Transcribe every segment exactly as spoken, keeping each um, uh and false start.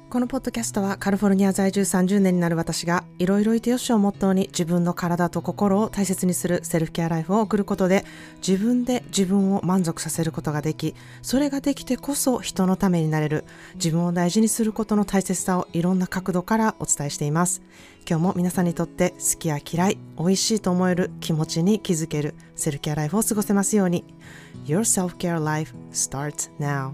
このポッドキャストはカリフォルニア在住さんじゅうねんになる私がいろいろいてよしをモットーに自分の体と心を大切にするセルフケアライフを送ることで自分で自分を満足させることができ、それができてこそ人のためになれる、自分を大事にすることの大切さをいろんな角度からお伝えしています。今日も皆さんにとって好きや嫌い、美味しいと思える気持ちに気づけるセルフケアライフを過ごせますように。 Your self-care life starts now。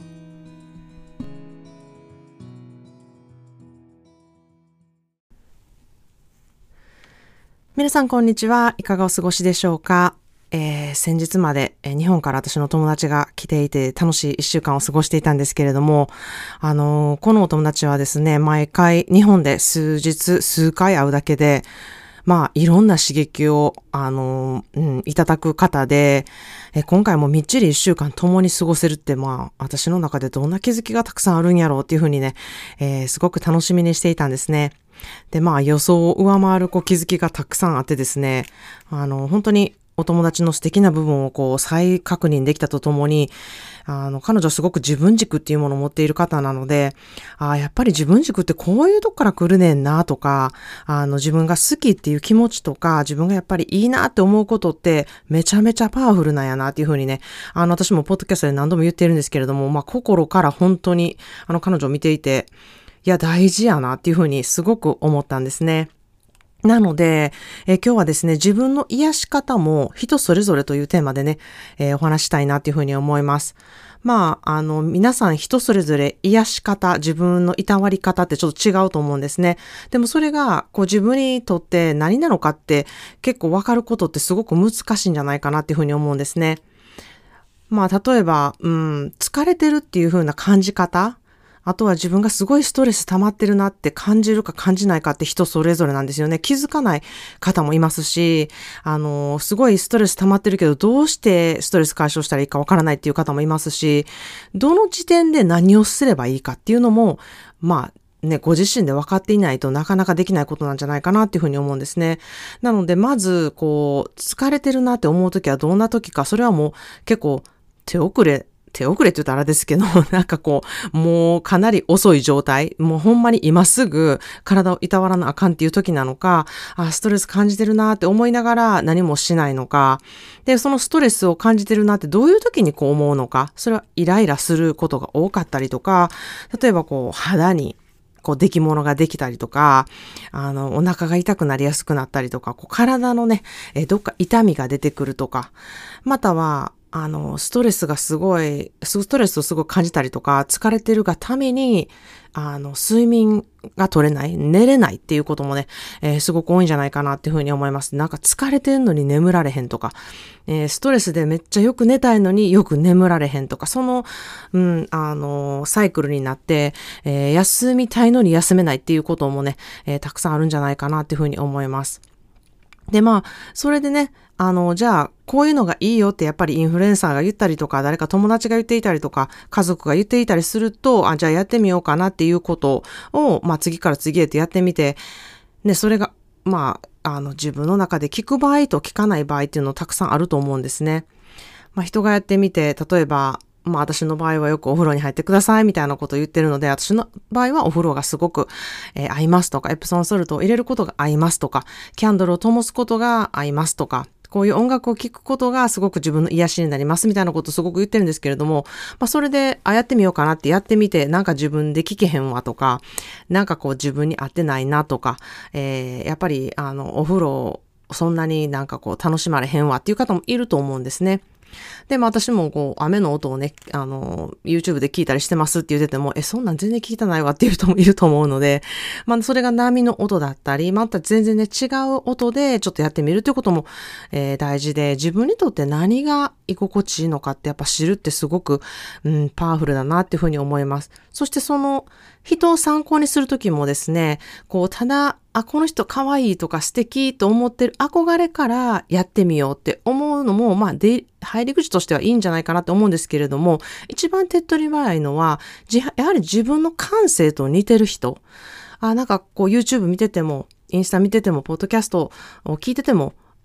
皆さんこんにちは。いかがお過ごしでしょうか。えー、先日まで、えー、日本から私の友達が来ていて楽しい一週間を過ごしていたんですけれども、あのー、このお友達はですね、毎回日本で数日数回会うだけで、まあいろんな刺激をあのー、うん、いただく方で、えー、今回もみっちり一週間共に過ごせるって、まあ私の中でどんな気づきがたくさんあるんやろうっていうふうにね、えー、すごく楽しみにしていたんですね。で、まあ予想を上回るこう気づきがたくさんあってですね、あの、本当にお友達の素敵な部分をこう再確認できたとともに、あの、彼女すごく自分軸っていうものを持っている方なので、あ、やっぱり自分軸ってこういうとこから来るねんなとか、あの、自分が好きっていう気持ちとか、自分がやっぱりいいなって思うことってめちゃめちゃパワフルなんやなっていうふうにね、あの、私もポッドキャストで何度も言ってるんですけれども、まあ、心から本当にあの、彼女を見ていて、いや、大事やなっていうふうにすごく思ったんですね。なので、えー、今日はですね、自分の癒し方も人それぞれというテーマでね、えー、お話したいなっていうふうに思います。まあ、あの、皆さん人それぞれ癒し方、自分のいたわり方ってちょっと違うと思うんですね。でもそれが、こう自分にとって何なのかって結構わかることってすごく難しいんじゃないかなっていうふうに思うんですね。まあ、例えば、うん、疲れてるっていうふうな感じ方、あとは自分がすごいストレス溜まってるなって感じるか感じないかって人それぞれなんですよね。気づかない方もいますし、あの、すごいストレス溜まってるけどどうしてストレス解消したらいいかわからないっていう方もいますし、どの時点で何をすればいいかっていうのも、まあ、ね、ご自身で分かっていないとなかなかできないことなんじゃないかなっていうふうに思うんですね。なので、まず、こう、疲れてるなって思うときはどんなときか、それはもう結構手遅れ、手遅れって言ったらあれですけど、なんかこう、もうかなり遅い状態、もうほんまに今すぐ体をいたわらなあかんっていう時なのか、あ、ストレス感じてるなって思いながら何もしないのか、で、そのストレスを感じてるなってどういう時にこう思うのか、それはイライラすることが多かったりとか、例えばこう肌にこう、出来物ができたりとか、あの、お腹が痛くなりやすくなったりとか、こう体のね、え、どっか痛みが出てくるとか、または、あの、ストレスがすごい、ストレスをすごい感じたりとか、疲れてるがために、あの、睡眠が取れない、寝れないっていうこともね、えー、すごく多いんじゃないかなっていうふうに思います。なんか疲れてんのに眠られへんとか、えー、ストレスでめっちゃよく寝たいのによく眠られへんとか、その、うん、あの、サイクルになって、えー、休みたいのに休めないっていうこともね、えー、たくさんあるんじゃないかなっていうふうに思います。で、まあ、それでね、あの、じゃあ、こういうのがいいよってやっぱりインフルエンサーが言ったりとか、誰か友達が言っていたりとか、家族が言っていたりすると、あ、じゃあやってみようかなっていうことを、まあ次から次へとやってみて、ね、それが、まあ、あの、自分の中で聞く場合と聞かない場合っていうのたくさんあると思うんですね。まあ人がやってみて、例えば、まあ私の場合はよくお風呂に入ってくださいみたいなことを言ってるので、私の場合はお風呂がすごく、えー、合いますとか、エプソンソルトを入れることが合いますとか、キャンドルを灯すことが合いますとか、こういう音楽を聴くことがすごく自分の癒しになりますみたいなことをすごく言ってるんですけれども、まあそれで、あ、やってみようかなってやってみて、なんか自分で聞けへんわとか、なんかこう自分に合ってないなとか、えー、やっぱりあの、お風呂そんなになんかこう楽しまれへんわっていう方もいると思うんですね。で、まあ私もこう、雨の音をね、あの、YouTube で聞いたりしてますって言ってても、え、そんなん全然聞いてないわっていう人もいると思うので、まあそれが波の音だったり、また全然ね、違う音でちょっとやってみるということも、えー、大事で、自分にとって何が居心地いいのかってやっぱ知るってすごく、うん、パワフルだなっていうふうに思います。そしてその、人を参考にするときもですね、こう、ただ、あ、この人可愛いとか素敵と思ってる憧れからやってみようって思うのも、まあ、で、入り口としてはいいんじゃないかなと思うんですけれども、一番手っ取り早いのは、やはり自分の感性と似てる人。あ、なんかこう YouTube 見てても、インスタ見てても、ポッドキャストを聞いてても、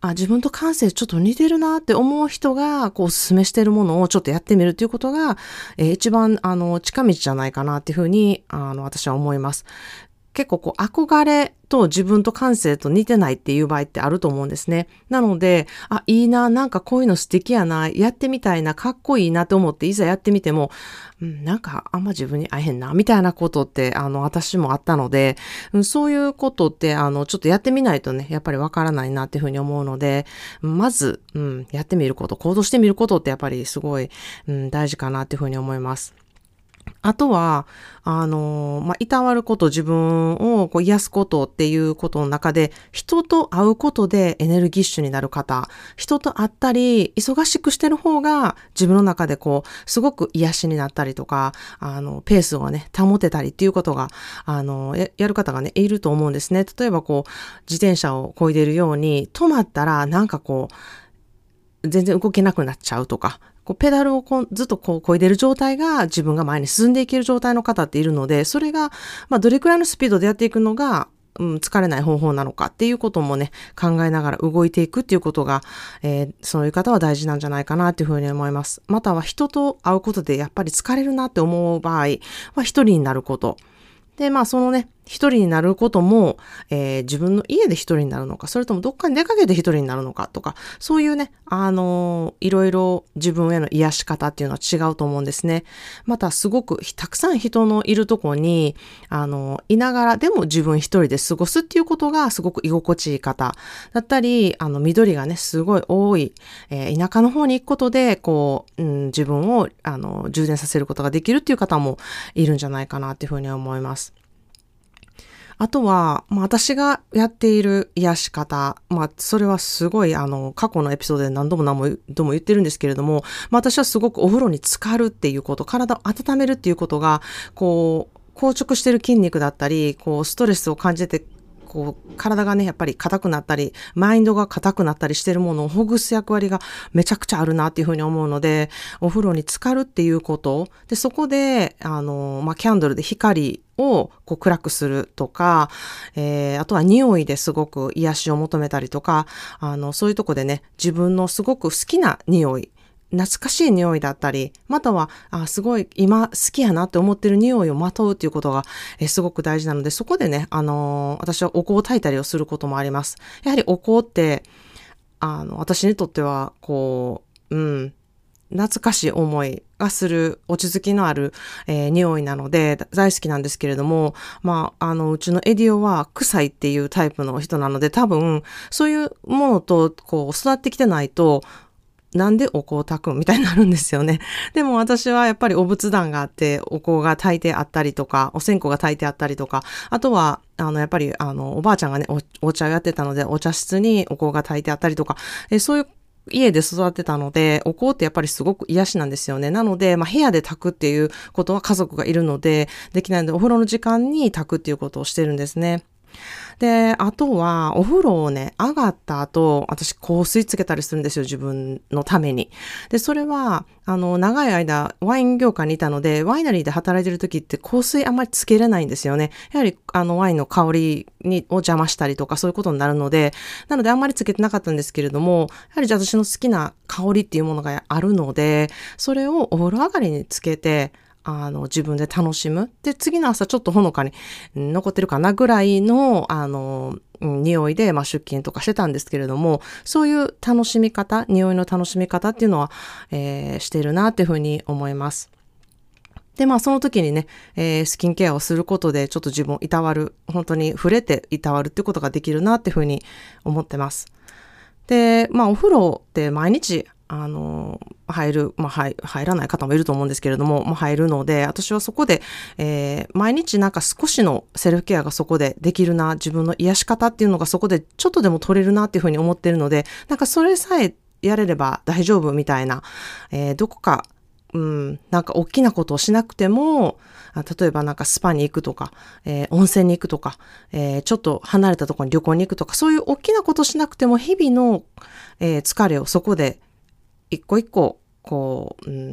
あ、自分と感性ちょっと似てるなって思う人が、こう、おすすめしてるものをちょっとやってみるっていうことが、えー一番、あの、近道じゃないかなっていうふうに、あの、私は思います。結構こう憧れと自分と感性と似てないっていう場合ってあると思うんですね。なので、あ、いいな、なんかこういうの素敵やな、やってみたいな、かっこいいなと思っていざやってみても、うん、なんかあんま自分に合えへんな、みたいなことって、あの、私もあったので、うん、そういうことって、あの、ちょっとやってみないとね、やっぱりわからないなっていうふうに思うので、まず、うん、やってみること、行動してみることってやっぱりすごい、うん、大事かなっていうふうに思います。あとは、あの、まあ、いたわること、自分をこう癒すことっていうことの中で、人と会うことでエネルギッシュになる方、人と会ったり、忙しくしてる方が自分の中でこう、すごく癒しになったりとか、あの、ペースをね、保てたりっていうことが、あの、や、やる方がね、いると思うんですね。例えばこう、自転車を漕いでるように、止まったら、なんかこう、全然動けなくなっちゃうとか、こうペダルをこうずっとこう漕いでる状態が自分が前に進んでいける状態の方っているので、それが、まあ、どれくらいのスピードでやっていくのが、うん、疲れない方法なのかっていうこともね、考えながら動いていくっていうことが、えー、そういう方は大事なんじゃないかなっていうふうに思います。または人と会うことでやっぱり疲れるなって思う場合は一人になること。で、まあそのね、一人になることも、えー自分の家で一人になるのか、それともどっかに出かけて一人になるのかとか、そういうね、あのーいろいろ自分への癒し方っていうのは違うと思うんですね。またすごくたくさん人のいるとこに、あのーいながらでも自分一人で過ごすっていうことがすごく居心地いい方だったり、あの緑がね、すごい多い、えー田舎の方に行くことで、こう、うん、自分を、あの、充電させることができるっていう方もいるんじゃないかなっていうふうに思います。あとは、まあ、私がやっている癒し方、まあ、それはすごい、あの、過去のエピソードで何度も何度も言ってるんですけれども、まあ、私はすごくお風呂に浸かるっていうこと、体を温めるっていうことが、こう、硬直してる筋肉だったり、こう、ストレスを感じて、こう、体がね、やっぱり硬くなったり、マインドが硬くなったりしてるものをほぐす役割がめちゃくちゃあるなっていうふうに思うので、お風呂に浸かるっていうこと、で、そこで、あの、まあ、キャンドルで光をこう暗くするとか、えー、あとは匂いですごく癒しを求めたりとか、あの、そういうとこでね、自分のすごく好きな匂い、懐かしい匂いだったり、または、あ、すごい今好きやなって思ってる匂いをまとうっていうことが、えすごく大事なので、そこでね、あのー私はお香を焚いたりをすることもあります。やはりお香って、あの、私にとっては、こう、うん、懐かしい思いがする落ち着きのある、えー匂いなので大好きなんですけれども、まあ、あの、うちのエディオは臭いっていうタイプの人なので、多分、そういうものと、こう、育ってきてないと、なんでお香を焚くんみたいになるんですよね。でも私はやっぱりお仏壇があって、お香が焚いてあったりとか、お線香が焚いてあったりとか、あとは、あの、やっぱり、あの、おばあちゃんがね、お、お茶をやってたので、お茶室にお香が焚いてあったりとか、えそういう家で育ってたので、お香ってやっぱりすごく癒しなんですよね。なので、まあ、部屋で焚くっていうことは家族がいるので、できないので、お風呂の時間に焚くっていうことをしてるんですね。で、あとは、お風呂をね、上がった後、私香水つけたりするんですよ、自分のために。で、それは、あの、長い間、ワイン業界にいたので、ワイナリーで働いてる時って香水あんまりつけれないんですよね。やはり、あの、ワインの香りに、を邪魔したりとか、そういうことになるので、なのであんまりつけてなかったんですけれども、やはりじゃあ私の好きな香りっていうものがあるので、それをお風呂上がりにつけて、あの、自分で楽しむ。で、次の朝ちょっとほのかにうん残ってるかなぐらいの、あの、うん匂いで、まあ、出勤とかしてたんですけれども、そういう楽しみ方、匂いの楽しみ方っていうのは、えーしているなっていうふうに思います。で、まあ、その時にね、えースキンケアをすることで、ちょっと自分をいたわる、本当に触れていたわるっていうことができるなっていうふうに思ってます。で、まあ、お風呂って毎日、あの、入る、まあ、入、入らない方もいると思うんですけれども、まあ、入るので、私はそこで、えー毎日なんか少しのセルフケアがそこでできるな、自分の癒し方っていうのがそこでちょっとでも取れるなっていうふうに思ってるので、なんかそれさえやれれば大丈夫みたいな、えーどこか、うん、なんか大きなことをしなくても、あ例えばなんかスパに行くとか、えー温泉に行くとか、えーちょっと離れたところに旅行に行くとか、そういう大きなことをしなくても日々の、えー疲れをそこで一個一個、こう、うん、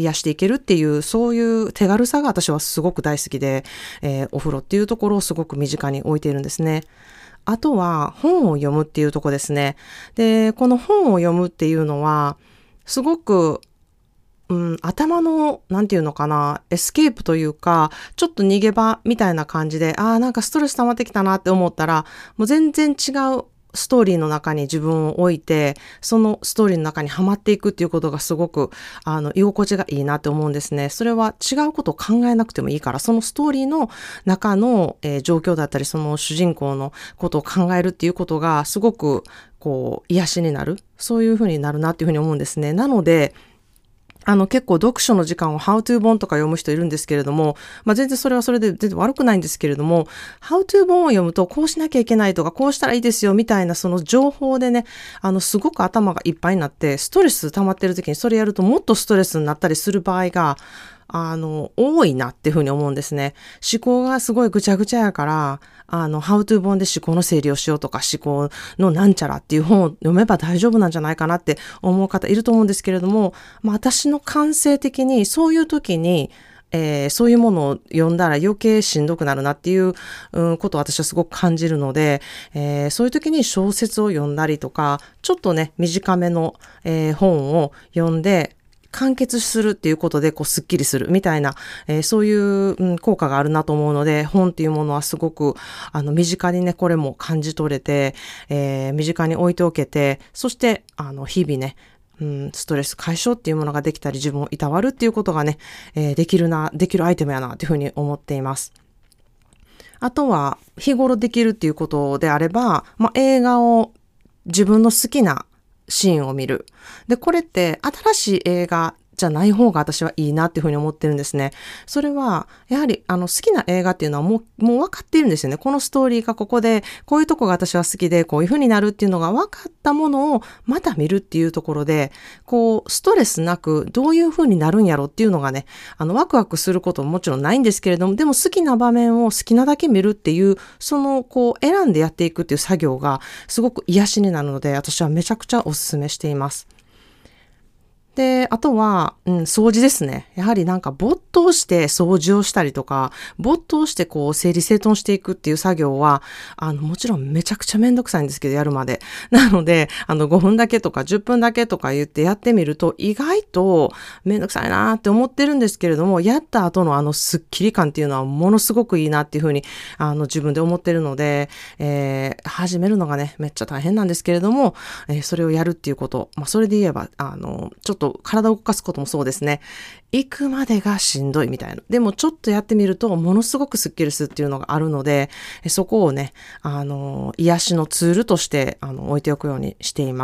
癒していけるっていう、そういう手軽さが私はすごく大好きで、えー、お風呂っていうところをすごく身近に置いているんですね。あとは本を読むっていうところですね。で、この本を読むっていうのは、すごく、うん、頭の、なんていうのかな、エスケープというか、ちょっと逃げ場みたいな感じで、ああ、なんかストレス溜まってきたなって思ったら、もう全然違うストーリーの中に自分を置いて、そのストーリーの中にはまっていくっていうことがすごく、あの、居心地がいいなって思うんですね。それは違うことを考えなくてもいいから、そのストーリーの中の、えー状況だったり、その主人公のことを考えるっていうことが、すごく、こう、癒しになる。そういうふうになるなっていうふうに思うんですね。なので、あの結構読書の時間を How to 本とか読む人いるんですけれども、まあ全然それはそれで全然悪くないんですけれども、How to 本を読むとこうしなきゃいけないとかこうしたらいいですよみたいなその情報でね、あのすごく頭がいっぱいになってストレス溜まってる時にそれやるともっとストレスになったりする場合が、あの、多いなっていうふうに思うんですね。思考がすごいぐちゃぐちゃやから、あの、How to 本で思考の整理をしようとか、思考のなんちゃらっていう本を読めば大丈夫なんじゃないかなって思う方いると思うんですけれども、まあ私の感性的にそういう時に、えーそういうものを読んだら余計しんどくなるなっていう、うん、ことを私はすごく感じるので、えーそういう時に小説を読んだりとか、ちょっとね、短めの、えー本を読んで、完結するっていうことで、こう、スッキリするみたいな、えーそういう、うん、効果があるなと思うので、本っていうものはすごく、あの、身近にね、これも感じ取れて、えー身近に置いておけて、そして、あの、日々ね、うん、ストレス解消っていうものができたり、自分をいたわるっていうことがね、えーできるな、できるアイテムやな、というふうに思っています。あとは、日頃できるっていうことであれば、まあ、映画を自分の好きなシーンを見る。で、これって新しい映画じゃない方が私はいいなっていうふうに思ってるんですね。それは、やはり、あの、好きな映画っていうのはもう、もう分かっているんですよね。このストーリーがここで、こういうとこが私は好きで、こういうふうになるっていうのが分かったものをまた見るっていうところで、こう、ストレスなくどういうふうになるんやろっていうのがね、あの、ワクワクすることももちろんないんですけれども、でも好きな場面を好きなだけ見るっていう、その、こう、選んでやっていくっていう作業が、すごく癒しになるので、私はめちゃくちゃお勧めしています。で、あとは、うん、掃除ですね。やはりなんか没頭して掃除をしたりとか、没頭してこう整理整頓していくっていう作業は、あの、もちろんめちゃくちゃめんどくさいんですけど、やるまで。なので、あの、ごふんだけとかじゅっぷんだけとか言ってやってみると、意外とめんどくさいなーって思ってるんですけれども、やった後のあのスッキリ感っていうのはものすごくいいなっていうふうに、あの、自分で思ってるので、えー、始めるのがね、めっちゃ大変なんですけれども、えーそれをやるっていうこと、まあ、それで言えば、あの、ちょっと体を動かすこともそうですね。行くまでがしんどいみたいな。でもちょっとやってみると、ものすごくスッキリするっていうのがあるので、えそこをね、あの、癒しのツールとして、あの、置いておくようにしています。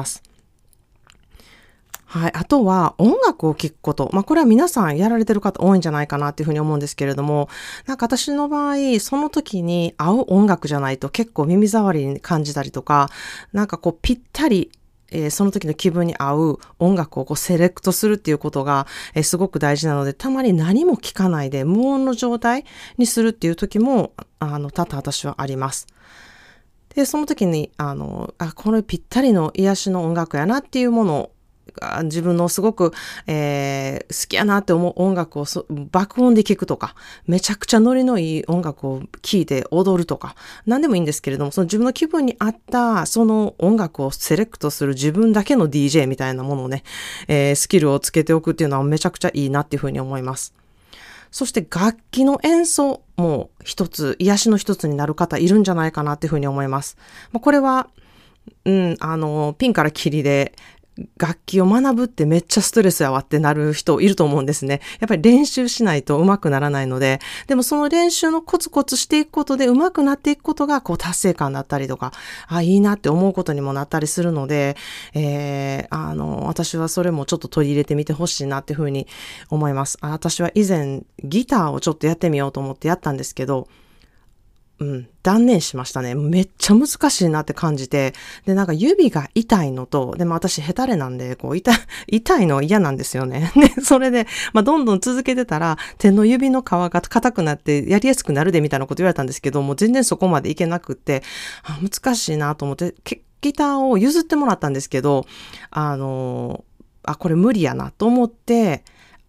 はい。あとは、音楽を聴くこと。まあ、これは皆さんやられてる方多いんじゃないかなっていうふうに思うんですけれども、なんか私の場合、その時に合う音楽じゃないと結構耳障りに感じたりとか、なんかこうぴったり、えーその時の気分に合う音楽をこうセレクトするっていうことが、えーすごく大事なので、たまに何も聞かないで無音の状態にするっていう時も、あの、多々私はあります。で、その時に、あの、あ、これぴったりの癒しの音楽やなっていうものが、自分のすごく、えー好きやなって思う音楽をそ爆音で聴くとか、めちゃくちゃノリのいい音楽を聴いて踊るとか、何でもいいんですけれども、その自分の気分に合ったその音楽をセレクトする自分だけの ディージェー みたいなものをね、えースキルをつけておくっていうのはめちゃくちゃいいなっていうふうに思います。そして楽器の演奏も一つ、癒しの一つになる方いるんじゃないかなっていうふうに思います。まあこれは、うん、あの、ピンからキリで、楽器を学ぶってめっちゃストレスやわってなる人いると思うんですね。やっぱり練習しないと上手くならないので、でもその練習のコツコツしていくことで上手くなっていくことがこう達成感だったりとか、あ、いいなって思うことにもなったりするので、えー、あの、私はそれもちょっと取り入れてみてほしいなっていうふうに思います。あ、私は以前ギターをちょっとやってみようと思ってやったんですけど、うん、断念しましたね。めっちゃ難しいなって感じて。で、なんか指が痛いのと、でも私ヘタレなんで、こう痛い、痛いの嫌なんですよね。で、それで、まあどんどん続けてたら、手の指の皮が硬くなってやりやすくなるでみたいなこと言われたんですけど、もう全然そこまでいけなくって、あ、難しいなと思って、ギターを譲ってもらったんですけど、あの、あ、これ無理やなと思って、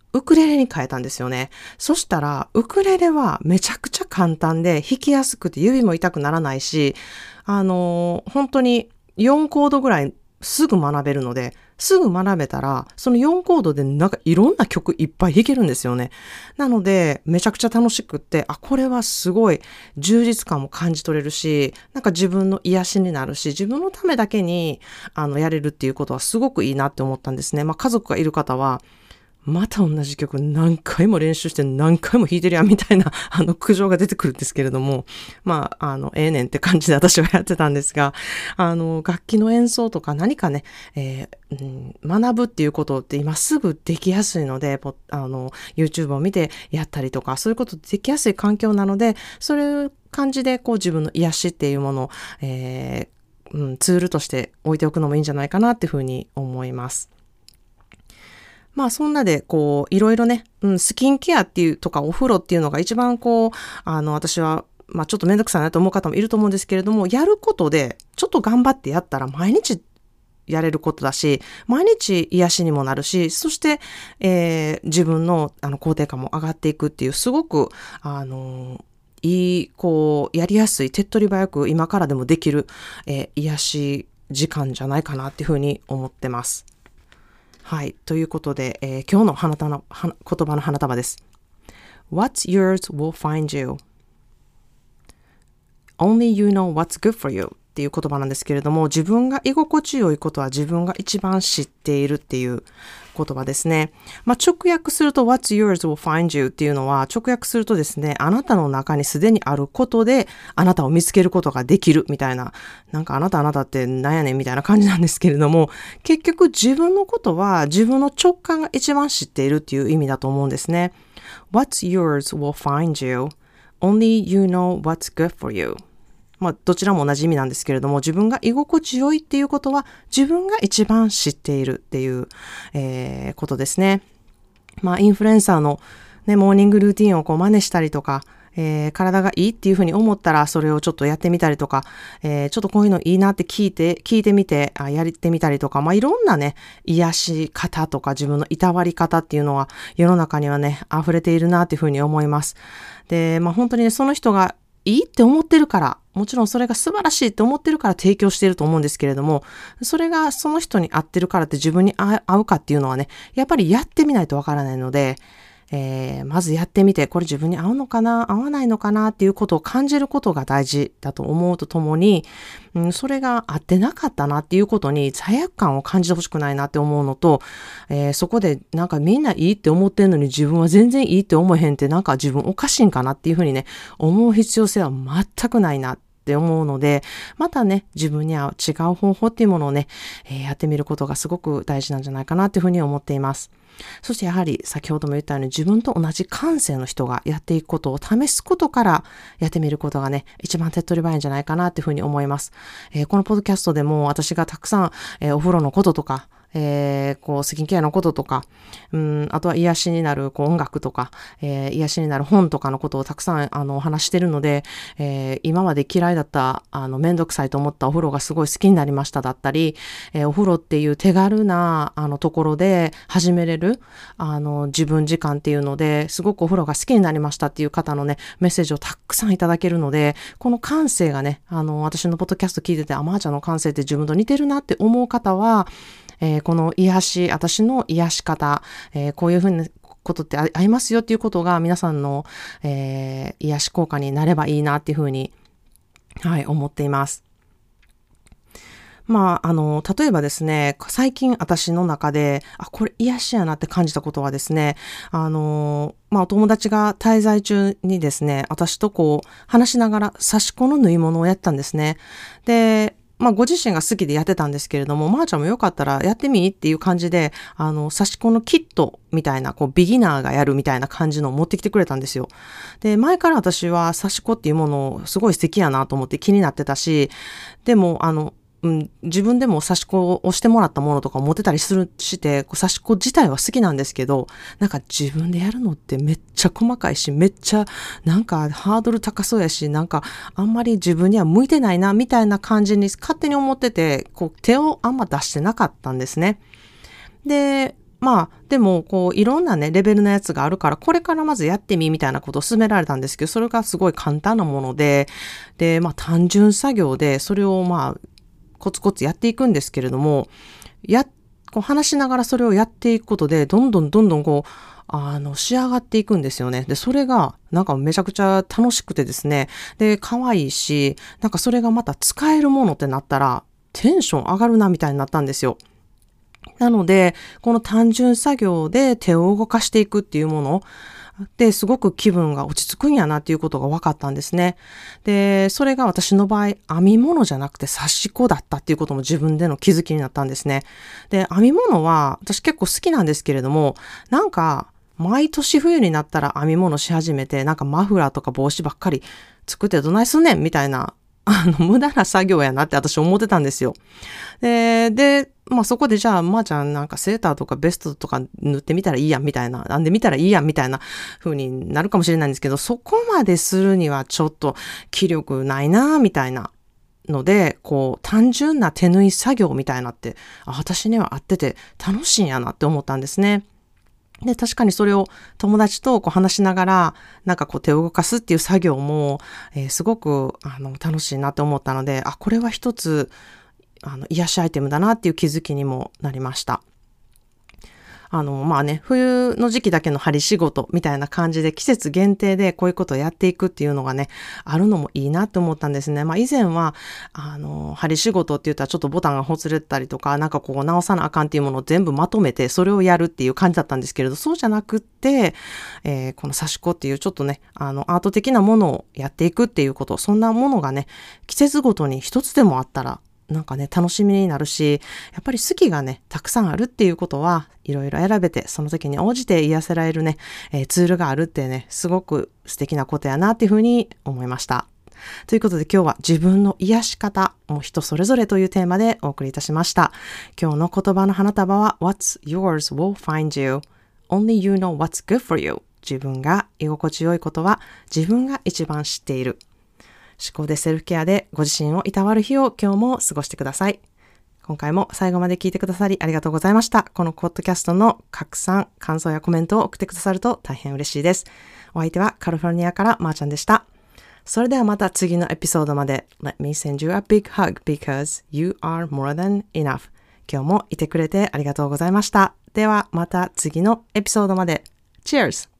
ウクレレに変えたんですよね。そしたら、ウクレレはめちゃくちゃ簡単で弾きやすくて指も痛くならないし、あのー、本当によんコードぐらいすぐ学べるので、すぐ学べたら、そのよんコードでなんかいろんな曲いっぱい弾けるんですよね。なので、めちゃくちゃ楽しくって、あ、これはすごい充実感も感じ取れるし、なんか自分の癒しになるし、自分のためだけに、あの、やれるっていうことはすごくいいなって思ったんですね。まあ、家族がいる方は、また同じ曲何回も練習して何回も弾いてるやんみたいなあの苦情が出てくるんですけれども、まあ、あの、ええねんって感じで私はやってたんですが、あの、楽器の演奏とか何かね、えーうん、学ぶっていうことって今すぐできやすいので、あの、YouTube を見てやったりとか、そういうことできやすい環境なので、そういう感じでこう自分の癒しっていうものを、えーうん、ツールとして置いておくのもいいんじゃないかなっていうふうに思います。まあそんなで、こう、いろいろね、うん、スキンケアっていうとかお風呂っていうのが一番こう、あの、私は、まあちょっとめんどくさいなと思う方もいると思うんですけれども、やることで、ちょっと頑張ってやったら毎日やれることだし、毎日癒しにもなるし、そして、えー、自分の、あの、肯定感も上がっていくっていう、すごく、あの、いい、こう、やりやすい、手っ取り早く今からでもできる、えー、癒し時間じゃないかなっていうふうに思ってます。はい。ということで、えー、今日の花束の言葉の花束です。What's yours will find you.Only you know what's good for you. っていう言葉なんですけれども、自分が居心地よいことは自分が一番知っているっていう言葉ですね。まあ、直訳すると What's yours will find you っていうのは、直訳するとですね、あなたの中にすでにあることであなたを見つけることができるみたいな、なんかあなたあなたってなんやねんみたいな感じなんですけれども、結局自分のことは自分の直感が一番知っているっていう意味だと思うんですね。What's yours will find you.Only you know what's good for you. まあ、どちらも同じ意味なんですけれども、自分が居心地よいっていうことは、自分が一番知っているっていう、えー、ことですね。まあ、インフルエンサーのね、モーニングルーティンをこう真似したりとか、えー、体がいいっていうふうに思ったら、それをちょっとやってみたりとか、えー、ちょっとこういうのいいなって聞いて、聞いてみて、あ、やってみたりとか、まあ、いろんなね、癒し方とか自分のいたわり方っていうのは、世の中にはね、溢れているなっていうふうに思います。で、まあ、本当にね、その人がいいって思ってるから、もちろんそれが素晴らしいって思ってるから提供していると思うんですけれども、それがその人に合ってるからって自分に合うかっていうのはね、やっぱりやってみないとわからないので、えー、まずやってみて、これ自分に合うのかな、合わないのかなっていうことを感じることが大事だと思うとともに、うん、それが合ってなかったなっていうことに罪悪感を感じてほしくないなって思うのと、えー、そこでなんかみんないいって思ってんのに自分は全然いいって思えへんってなんか自分おかしいんかなっていうふうにね、思う必要性は全くないなって思うので、またね、自分に合う違う方法っていうものをね、えー、やってみることがすごく大事なんじゃないかなっていうふうに思っています。そしてやはり先ほども言ったように自分と同じ感性の人がやっていくことを試すことからやってみることがね、一番手っ取り早いんじゃないかなっていうふうに思います。えー、このポッドキャストでも私がたくさん、えー、お風呂のこととか、えー、こう、スキンケアのこととか、うん、あとは癒しになる、こう、音楽とか、えー、癒しになる本とかのことをたくさん、あの、お話してるので、えー、今まで嫌いだった、あの、めんどくさいと思ったお風呂がすごい好きになりましただったり、えー、お風呂っていう手軽な、あの、ところで始めれる、あの、自分時間っていうので、すごくお風呂が好きになりましたっていう方のね、メッセージをたくさんいただけるので、この感性がね、あの、私のポッドキャスト聞いてて、あ、まーちゃんの感性って自分と似てるなって思う方は、えー、この癒し、私の癒し方、えー、こういうふうなことってありますよっていうことが皆さんの、えー、癒し効果になればいいなっていうふうに、はい、思っています。まあ、あの、例えばですね、最近私の中で、あ、これ癒しやなって感じたことはですね、あの、まあ、お友達が滞在中にですね、私とこう、話しながら刺し子の縫い物をやったんですね。で、まあ、ご自身が好きでやってたんですけれども、まーちゃんもよかったらやってみっていう感じで、あの、刺し子のキットみたいな、こう、ビギナーがやるみたいな感じのを持ってきてくれたんですよ。で、前から私は刺し子っていうものをすごい素敵やなと思って気になってたし、でも、あの、うん、自分でも刺し子をしてもらったものとか持ってたりするして、刺し子自体は好きなんですけど、なんか自分でやるのってめっちゃ細かいし、めっちゃなんかハードル高そうやし、なんかあんまり自分には向いてないな、みたいな感じに勝手に思ってて、こう手をあんま出してなかったんですね。で、 まあ、でも、こう、いろんなね、レベルのやつがあるから、これからまずやってみ、みたいなことを勧められたんですけど、それがすごい簡単なもので、で、まあ、単純作業で、それをまあ、コツコツやっていくんですけれども、や、こう話しながらそれをやっていくことで、どんどんどんどんこう、あの、仕上がっていくんですよね。で、それが、なんかめちゃくちゃ楽しくてですね。で、可愛いし、なんかそれがまた使えるものってなったら、テンション上がるな、みたいになったんですよ。なので、この単純作業で手を動かしていくっていうものですごく気分が落ち着くんやなっていうことが分かったんですね。で、それが私の場合、編み物じゃなくて刺し子だったっていうことも自分での気づきになったんですね。で、編み物は私結構好きなんですけれども、なんか毎年冬になったら編み物し始めて、なんかマフラーとか帽子ばっかり作ってどないすんねんみたいな、あの、無駄な作業やなって私思ってたんですよ。で、で、まあそこでじゃあ、まーちゃんなんかセーターとかベストとか塗ってみたらいいやんみたいな、なんで見たらいいやんみたいな風になるかもしれないんですけど、そこまでするにはちょっと気力ないなみたいなので、こう単純な手縫い作業みたいなって、あ、私には合ってて楽しいんやなって思ったんですね。で、確かにそれを友達とこう話しながら、なんかこう手を動かすっていう作業も、えーすごくあの楽しいなって思ったので、あ、これは一つ、あの、癒しアイテムだなっていう気づきにもなりました。あの、まあね、冬の時期だけの針仕事みたいな感じで季節限定でこういうことをやっていくっていうのがね、あるのもいいなって思ったんですね。まあ以前は、あの、針仕事って言ったらちょっとボタンがほつれたりとか、なんかこう直さなあかんっていうものを全部まとめてそれをやるっていう感じだったんですけれど、そうじゃなくって、えーこの刺し子っていうちょっとね、あの、アート的なものをやっていくっていうこと、そんなものがね、季節ごとに一つでもあったら、なんかね、楽しみになるし、やっぱり好きがね、たくさんあるっていうことは、いろいろ選べて、その時に応じて癒せられるね、えーツールがあるってね、すごく素敵なことやなっていうふうに思いました。ということで今日は自分の癒し方、もう人それぞれというテーマでお送りいたしました。今日の言葉の花束は What's yours will find you. Only you know what's good for you. 自分が居心地よいことは自分が一番知っている。思考でセルフケアでご自身をいたわる日を今日も過ごしてください。今回も最後まで聞いてくださりありがとうございました。このポッドキャストの拡散、感想やコメントを送ってくださると大変嬉しいです。お相手はカリフォルニアからまーちゃんでした。それではまた次のエピソードまで。Let me send you a big hug because you are more than enough. 今日もいてくれてありがとうございました。ではまた次のエピソードまで。Cheers!